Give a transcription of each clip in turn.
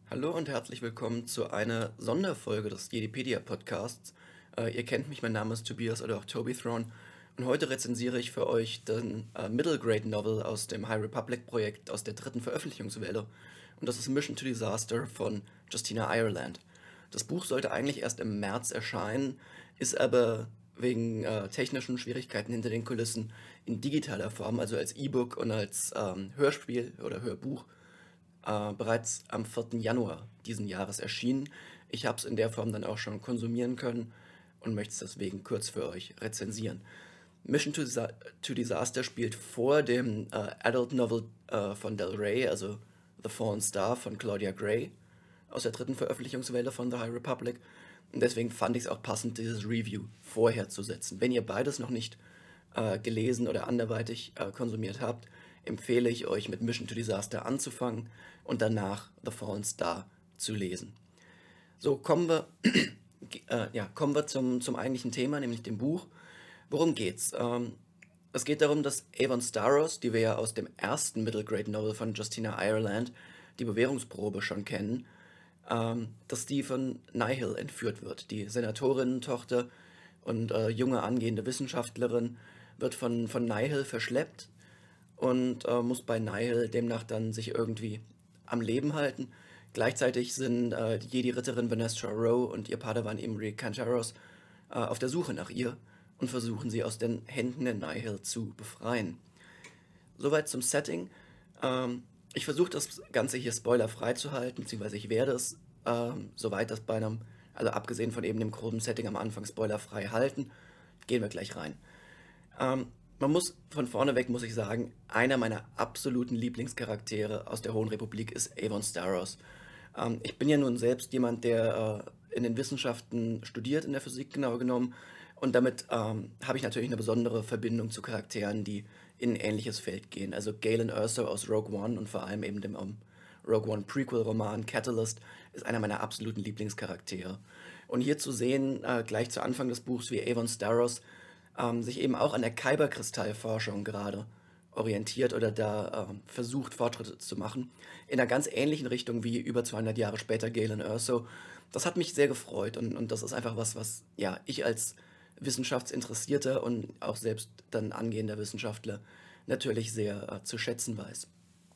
Hallo und herzlich willkommen zu einer Sonderfolge des Jedipedia Podcasts. Ihr kennt mich, mein Name ist Tobias oder auch Tobythrone und heute rezensiere ich für euch den Middle Grade Novel aus dem High Republic Projekt aus der dritten Veröffentlichungswelle und das ist Mission to Disaster von Justina Ireland. Das Buch sollte eigentlich erst im März erscheinen, ist aber wegen technischen Schwierigkeiten hinter den Kulissen in digitaler Form, also als E-Book und als Hörspiel oder Hörbuch bereits am 4. Januar diesen Jahres erschienen. Ich habe es in der Form dann auch schon konsumieren können und möchte es deswegen kurz für euch rezensieren. Mission to Disaster spielt vor dem Adult Novel von Del Rey, also The Fallen Star von Claudia Gray, aus der dritten Veröffentlichungswelle von The High Republic. Und deswegen fand ich es auch passend, dieses Review vorher zu setzen. Wenn ihr beides noch nicht gelesen oder anderweitig konsumiert habt, empfehle ich euch mit Mission to Disaster anzufangen und danach The Fallen Star zu lesen. So, kommen wir zum eigentlichen Thema, nämlich dem Buch. Worum geht's? Es geht darum, dass Avon Starros, die wir ja aus dem ersten Middle Grade Novel von Justina Ireland, die Bewährungsprobe schon kennen, dass die von Nihil entführt wird. Die Senatorinnentochter und junge angehende Wissenschaftlerin wird von Nihil verschleppt und muss bei Nihil demnach dann sich irgendwie am Leben halten. Gleichzeitig sind die Jedi-Ritterin Vanessa Rowe und ihr Padawan Imri Kantaros auf der Suche nach ihr und versuchen sie aus den Händen der Nihil zu befreien. Soweit zum Setting. Ich versuche das Ganze hier spoilerfrei zu halten, beziehungsweise ich werde es, soweit das bei einem, also abgesehen von eben dem groben Setting am Anfang spoilerfrei halten, gehen wir gleich rein. Man muss von vorne weg, muss ich sagen, einer meiner absoluten Lieblingscharaktere aus der Hohen Republik ist Avon Starros. Ich bin ja nun selbst jemand, der in den Wissenschaften studiert, in der Physik genauer genommen. Und damit habe ich natürlich eine besondere Verbindung zu Charakteren, die in ein ähnliches Feld gehen. Also Galen Erso aus Rogue One und vor allem eben dem Rogue One Prequel-Roman Catalyst ist einer meiner absoluten Lieblingscharaktere. Und hier zu sehen, gleich zu Anfang des Buchs, wie Avon Starros sich eben auch an der Kyberkristallforschung gerade orientiert oder da versucht, Fortschritte zu machen. In einer ganz ähnlichen Richtung wie über 200 Jahre später Galen Erso. Das hat mich sehr gefreut und das ist einfach was ja, ich als Wissenschaftsinteressierter und auch selbst dann angehender Wissenschaftler natürlich sehr zu schätzen weiß.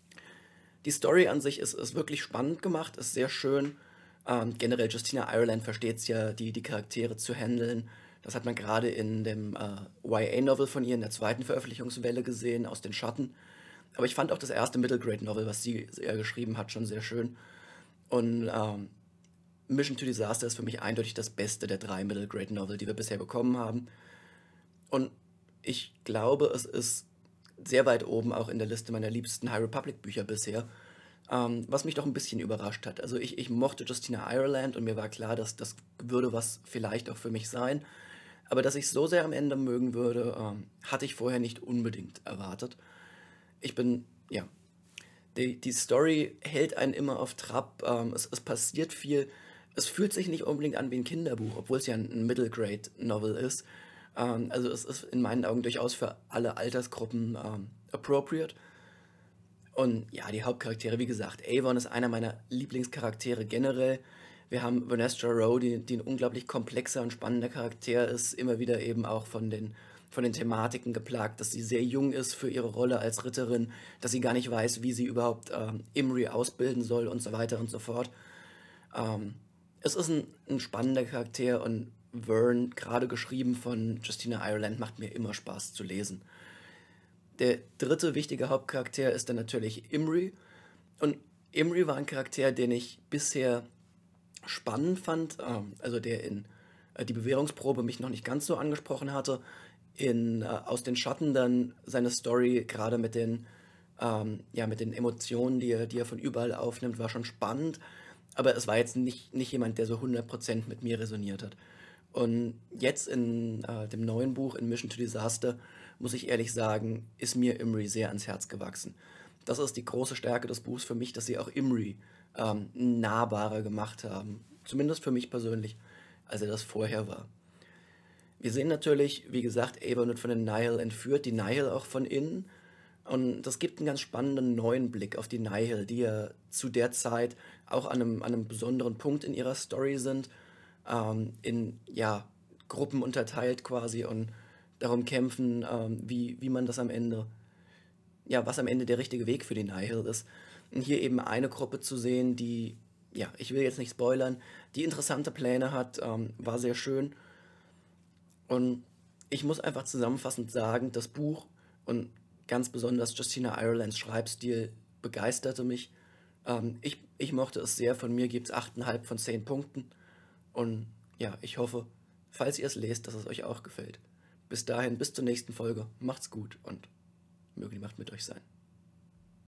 Die Story an sich ist wirklich spannend gemacht, ist sehr schön. Generell Justina Ireland versteht es ja, die Charaktere zu handeln. Das hat man gerade in dem YA-Novel von ihr in der zweiten Veröffentlichungswelle gesehen, aus den Schatten. Aber ich fand auch das erste Middle Grade Novel, was sie geschrieben hat, schon sehr schön. Und Mission to Disaster ist für mich eindeutig das beste der drei Middle Grade Novel, die wir bisher bekommen haben. Und ich glaube, es ist sehr weit oben auch in der Liste meiner liebsten High Republic Bücher bisher. Was mich doch ein bisschen überrascht hat. Also ich mochte Justina Ireland und mir war klar, dass das würde was vielleicht auch für mich sein. Aber dass ich es so sehr am Ende mögen würde, hatte ich vorher nicht unbedingt erwartet. Ich bin, ja, die Story hält einen immer auf Trab, es passiert viel. Es fühlt sich nicht unbedingt an wie ein Kinderbuch, obwohl es ja ein Middle Grade Novel ist. Also es ist in meinen Augen durchaus für alle Altersgruppen appropriate. Und ja, die Hauptcharaktere, wie gesagt, Avon ist einer meiner Lieblingscharaktere generell. Wir haben Vanessa Rowe, die ein unglaublich komplexer und spannender Charakter ist, immer wieder eben auch von den Thematiken geplagt, dass sie sehr jung ist für ihre Rolle als Ritterin, dass sie gar nicht weiß, wie sie überhaupt Imri ausbilden soll und so weiter und so fort. Es ist ein spannender Charakter und Vern, gerade geschrieben von Justina Ireland, macht mir immer Spaß zu lesen. Der dritte wichtige Hauptcharakter ist dann natürlich Imri. Und Imri war ein Charakter, den ich bisher spannend fand, also der in die Bewährungsprobe mich noch nicht ganz so angesprochen hatte. Aus den Schatten dann seine Story, gerade ja, mit den Emotionen, die er von überall aufnimmt, war schon spannend. Aber es war jetzt nicht jemand, der so 100% mit mir resoniert hat. Und jetzt in dem neuen Buch, in Mission to Disaster, muss ich ehrlich sagen, ist mir Imri sehr ans Herz gewachsen. Das ist die große Stärke des Buchs für mich, dass sie auch Imri nahbarer gemacht haben. Zumindest für mich persönlich, als er das vorher war. Wir sehen natürlich, wie gesagt, Avon wird von den Nihil entführt, die Nihil auch von innen. Und das gibt einen ganz spannenden neuen Blick auf die Nihil, die ja zu der Zeit auch an einem besonderen Punkt in ihrer Story sind, in ja, Gruppen unterteilt quasi und darum kämpfen, wie man das am Ende, ja, was am Ende der richtige Weg für die Nihil ist. Und hier eben eine Gruppe zu sehen, die, ja, ich will jetzt nicht spoilern, die interessante Pläne hat, war sehr schön. Und ich muss einfach zusammenfassend sagen, das Buch und ganz besonders Justina Irelands Schreibstil begeisterte mich. Ich mochte es sehr, von mir gibt es 8,5 von 10 Punkten. Und ja, ich hoffe, falls ihr es lest, dass es euch auch gefällt. Bis dahin, bis zur nächsten Folge. Macht's gut und möge die Macht mit euch sein.